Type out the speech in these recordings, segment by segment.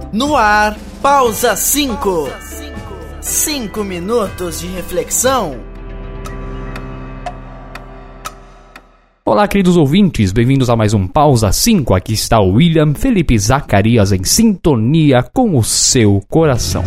No ar, pausa 5. 5 minutos de reflexão. Olá, queridos ouvintes, bem-vindos a mais um Pausa 5. Aqui está o William Felipe Zacarias em sintonia com o seu coração.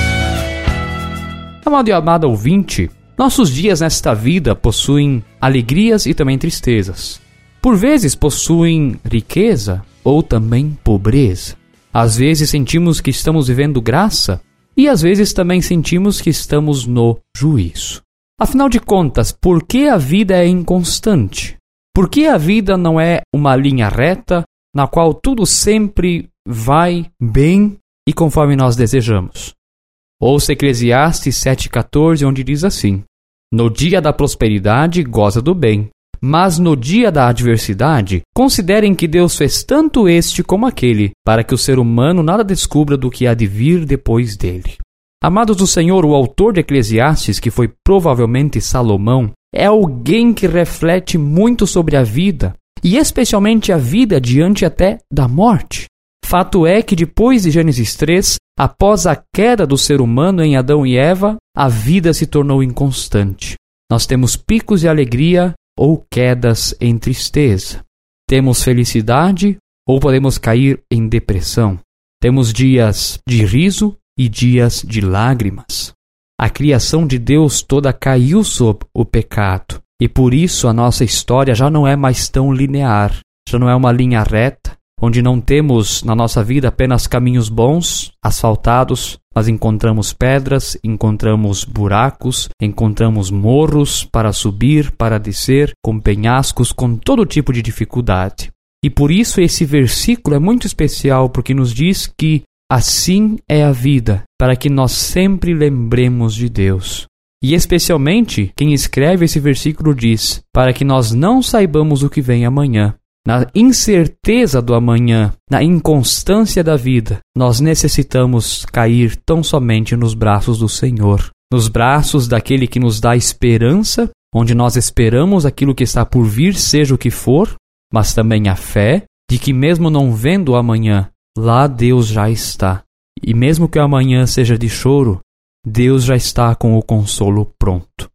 Amado e amada ouvinte, nossos dias nesta vida possuem alegrias e também tristezas. Por vezes possuem riqueza ou também pobreza. Às vezes sentimos que estamos vivendo graça e às vezes também sentimos que estamos no juízo. Afinal de contas, por que a vida é inconstante? Por que a vida não é uma linha reta na qual tudo sempre vai bem e conforme nós desejamos? Ouça Eclesiastes 7,14, onde diz assim: no dia da prosperidade goza do bem, mas no dia da adversidade considerem que Deus fez tanto este como aquele, para que o ser humano nada descubra do que há de vir depois dele. Amados do Senhor, o autor de Eclesiastes, que foi provavelmente Salomão, é alguém que reflete muito sobre a vida, e especialmente a vida diante até da morte. Fato é que depois de Gênesis 3, após a queda do ser humano em Adão e Eva, a vida se tornou inconstante. Nós temos picos de alegria ou quedas em tristeza. Temos felicidade ou podemos cair em depressão. Temos dias de riso e dias de lágrimas. A criação de Deus toda caiu sob o pecado, e por isso a nossa história já não é mais tão linear, já não é uma linha reta, onde não temos na nossa vida apenas caminhos bons, asfaltados, mas encontramos pedras, encontramos buracos, encontramos morros para subir, para descer, com penhascos, com todo tipo de dificuldade. E por isso esse versículo é muito especial, porque nos diz que assim é a vida, para que nós sempre lembremos de Deus. E especialmente, quem escreve esse versículo diz, para que nós não saibamos o que vem amanhã. Na incerteza do amanhã, na inconstância da vida, nós necessitamos cair tão somente nos braços do Senhor, nos braços daquele que nos dá esperança, onde nós esperamos aquilo que está por vir, seja o que for, mas também a fé de que mesmo não vendo o amanhã, lá Deus já está. E mesmo que o amanhã seja de choro, Deus já está com o consolo pronto.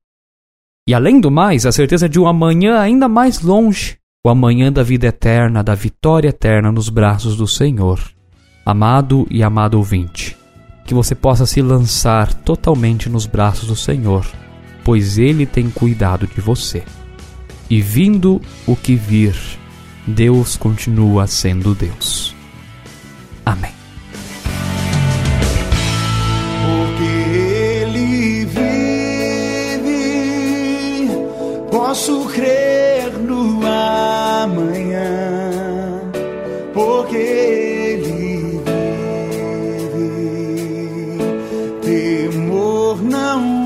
E além do mais, a certeza de um amanhã ainda mais longe, o amanhã da vida eterna, da vitória eterna nos braços do Senhor. Amado e amado ouvinte, que você possa se lançar totalmente nos braços do Senhor, pois Ele tem cuidado de você. E vindo o que vir, Deus continua sendo Deus. Amém. Porque Ele vive, posso crer no amanhã. Porque Ele vive, temor não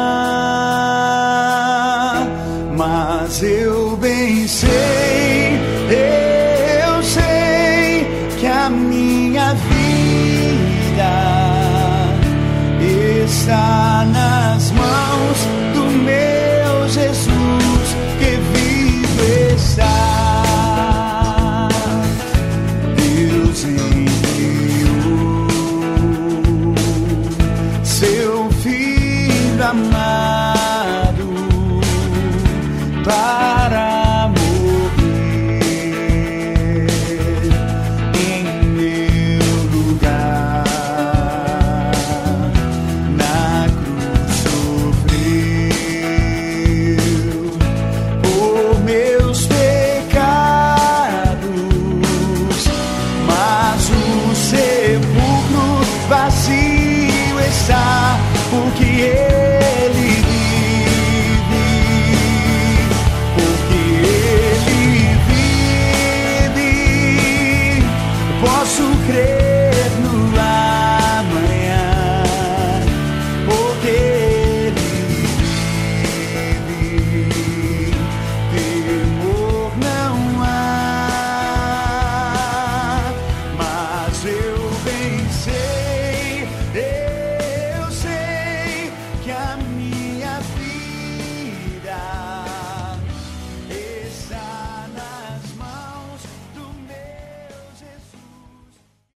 há, mas eu bem sei, eu sei que a minha vida está nas mãos do meu Jesus, que vivo está. Deus enviou seu Filho amado para morrer em meu lugar. Na cruz sofreu por meus pecados, mas o sepulcro vazio está, porque Ele vive, porque Ele vive, posso crer.